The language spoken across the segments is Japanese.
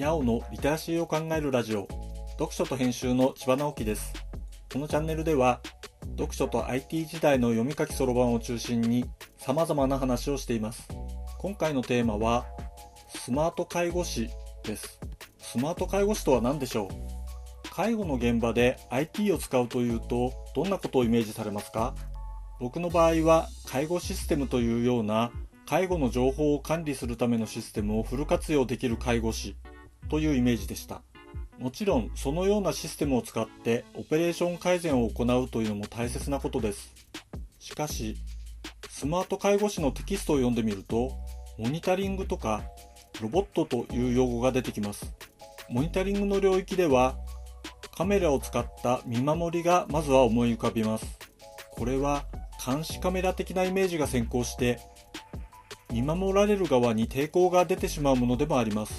にゃおのリテラシーを考えるラジオ、読書と編集の千葉直樹です。このチャンネルでは読書と IT 時代の読み書きそろばんを中心に様々な話をしています。今回のテーマはスマート介護士です。スマート介護士とは何でしょう？介護の現場で IT を使うというとどんなことをイメージされますか？僕の場合は介護システムというような介護の情報を管理するためのシステムをフル活用できる介護士というイメージでした。もちろんそのようなシステムを使ってオペレーション改善を行うというのも大切なことです。しかしスマート介護士のテキストを読んでみるとモニタリングとかロボットという用語が出てきます。モニタリングの領域ではカメラを使った見守りがまずは思い浮かびます。これは監視カメラ的なイメージが先行して見守られる側に抵抗が出てしまうものでもあります。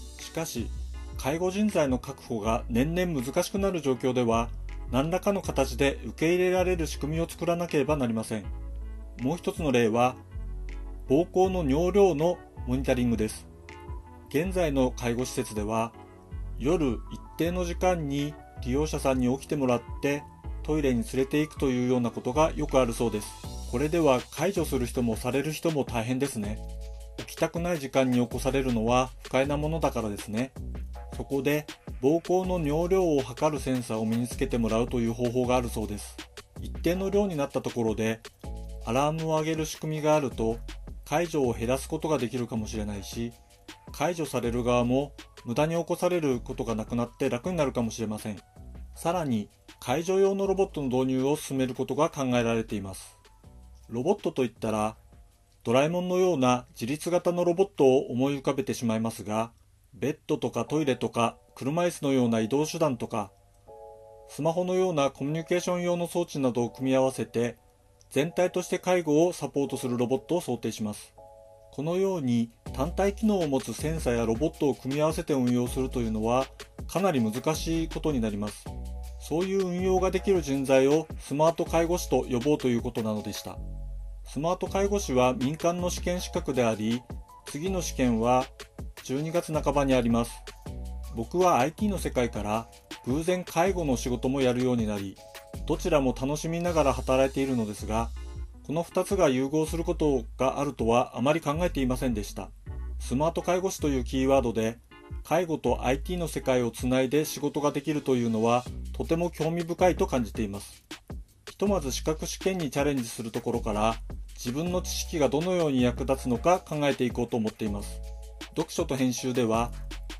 しかし介護人材の確保が年々難しくなる状況では何らかの形で受け入れられる仕組みを作らなければなりません。もう一つの例は膀胱の尿量のモニタリングです。現在の介護施設では夜一定の時間に利用者さんに起きてもらってトイレに連れて行くというようなことがよくあるそうです。これでは介助する人もされる人も大変ですね。起きたくない時間に起こされるのは不快なものだからですね。そこで膀胱の尿量を測るセンサーを身につけてもらうという方法があるそうです。一定の量になったところでアラームを上げる仕組みがあると介助を減らすことができるかもしれないし、介助される側も無駄に起こされることがなくなって楽になるかもしれません。さらに介助用のロボットの導入を進めることが考えられています。ロボットといったらドラえもんのような自律型のロボットを思い浮かべてしまいますが、ベッドとかトイレとか車椅子のような移動手段とかスマホのようなコミュニケーション用の装置などを組み合わせて全体として介護をサポートするロボットを想定します。このように単体機能を持つセンサやロボットを組み合わせて運用するというのはかなり難しいことになります。そういう運用ができる人材をスマート介護士と呼ぼうということなのでした。スマート介護士は民間の試験資格であり、次の試験は12月半ばにあります。僕は IT の世界から偶然介護の仕事もやるようになり、どちらも楽しみながら働いているのですが、この2つが融合することがあるとはあまり考えていませんでした。スマート介護士というキーワードで介護と IT の世界をつないで仕事ができるというのはとても興味深いと感じています。ひとまず資格試験にチャレンジするところから自分の知識がどのように役立つのか考えていこうと思っています。読書と編集では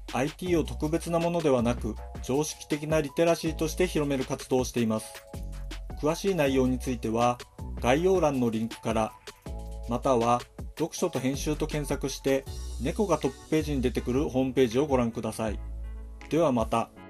IT を特別なものではなく常識的なリテラシーとして広める活動をしています。詳しい内容については概要欄のリンクからまたは読書と編集と検索して猫がトップページに出てくるホームページをご覧ください。ではまた。